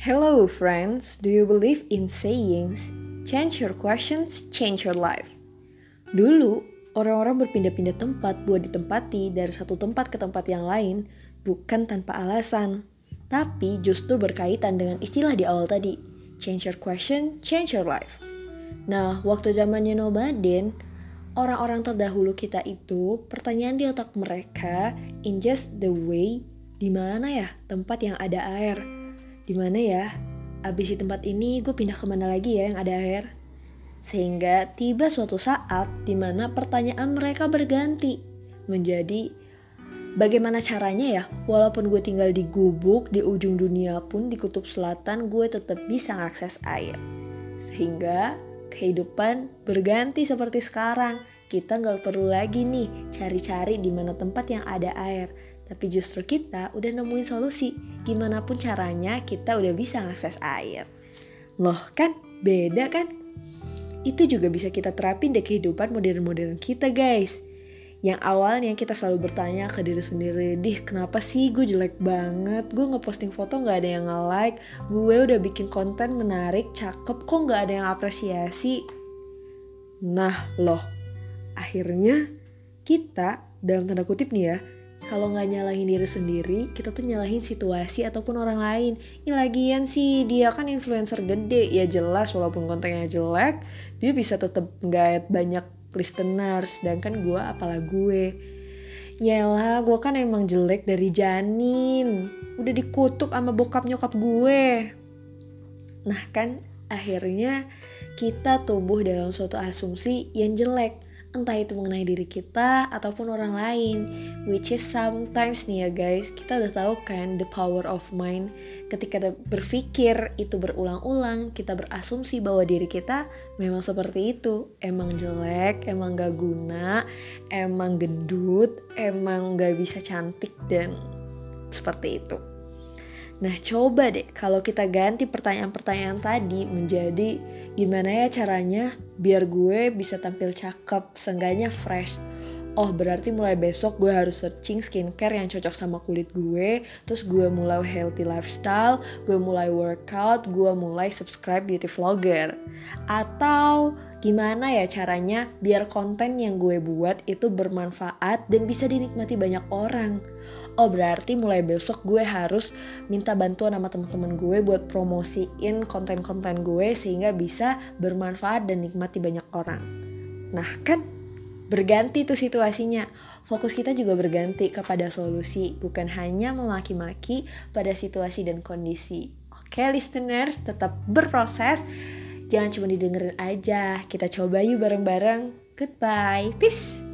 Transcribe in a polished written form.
Hello friends, do you believe in sayings? Change your questions, change your life. Dulu, orang-orang berpindah-pindah tempat buat ditempati dari satu tempat ke tempat yang lain bukan tanpa alasan. Tapi justru berkaitan dengan istilah di awal tadi, change your question, change your life. Nah, waktu zamannya nomaden, orang-orang terdahulu kita itu, pertanyaan di otak mereka in just the way, di mana ya tempat yang ada air? Di mana ya? Abis di tempat ini gue pindah kemana lagi ya yang ada air? Sehingga tiba suatu saat di mana pertanyaan mereka berganti menjadi bagaimana caranya ya walaupun gue tinggal di gubuk di ujung dunia pun di kutub selatan gue tetap bisa mengakses air. Sehingga kehidupan berganti seperti sekarang. Kita gak perlu lagi nih cari-cari di mana tempat yang ada air. Tapi justru kita udah nemuin solusi. Gimana pun caranya kita udah bisa mengakses air. Loh kan beda kan? Itu juga bisa kita terapin di kehidupan modern-modern kita guys. Yang awalnya kita selalu bertanya ke diri sendiri, kenapa sih gue jelek banget? Gue ngeposting foto gak ada yang nge-like. Gue udah bikin konten menarik, cakep, kok gak ada yang apresiasi? Nah loh, akhirnya kita dalam tanda kutip nih ya, kalau gak nyalahin diri sendiri, kita tuh nyalahin situasi ataupun orang lain. Ini lagian sih dia kan influencer gede, ya jelas walaupun kontennya jelek, dia bisa tetap gak banyak listeners. Sedangkan gue apalah gue. Yalah gue kan emang jelek dari janin, udah dikutuk sama bokap nyokap gue. Nah kan akhirnya kita tumbuh dalam suatu asumsi yang jelek. Entah itu mengenai diri kita ataupun orang lain. Which is sometimes nih ya guys, kita udah tahu kan the power of mind. Ketika berpikir itu berulang-ulang, kita berasumsi bahwa diri kita memang seperti itu. Emang jelek, emang gak guna, emang gendut, emang gak bisa cantik dan seperti itu. Nah coba deh kalau kita ganti pertanyaan-pertanyaan tadi menjadi gimana ya caranya biar gue bisa tampil cakep, seenggaknya fresh. Oh berarti mulai besok gue harus searching skincare yang cocok sama kulit gue. Terus gue mulai healthy lifestyle, gue mulai workout, gue mulai subscribe beauty vlogger. Atau gimana ya caranya biar konten yang gue buat itu bermanfaat dan bisa dinikmati banyak orang. Oh berarti mulai besok gue harus minta bantuan sama teman-teman gue buat promosiin konten-konten gue sehingga bisa bermanfaat dan nikmati banyak orang. Nah kan berganti tuh situasinya. Fokus kita juga berganti kepada solusi, bukan hanya memaki-maki pada situasi dan kondisi. Oke listeners, tetap berproses. Jangan cuma didengerin aja. Kita coba yuk bareng-bareng. Goodbye. Peace.